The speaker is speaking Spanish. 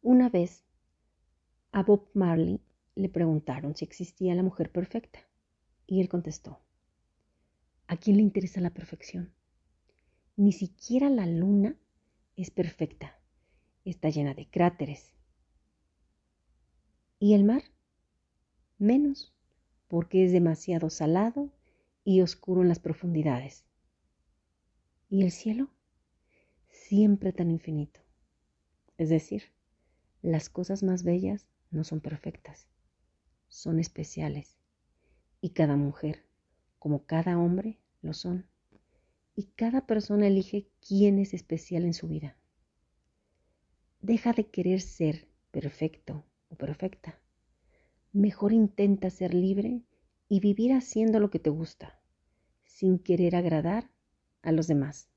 Una vez a Bob Marley le preguntaron si existía la mujer perfecta y él contestó: ¿a quién le interesa la perfección? Ni siquiera la luna es perfecta, está llena de cráteres. ¿Y el mar? Menos, porque es demasiado salado y oscuro en las profundidades. ¿Y el cielo? Siempre tan infinito. Es decir, las cosas más bellas no son perfectas, son especiales. Y cada mujer, como cada hombre, lo son. Y cada persona elige quién es especial en su vida. Deja de querer ser perfecto o perfecta. Mejor intenta ser libre y vivir haciendo lo que te gusta, sin querer agradar a los demás.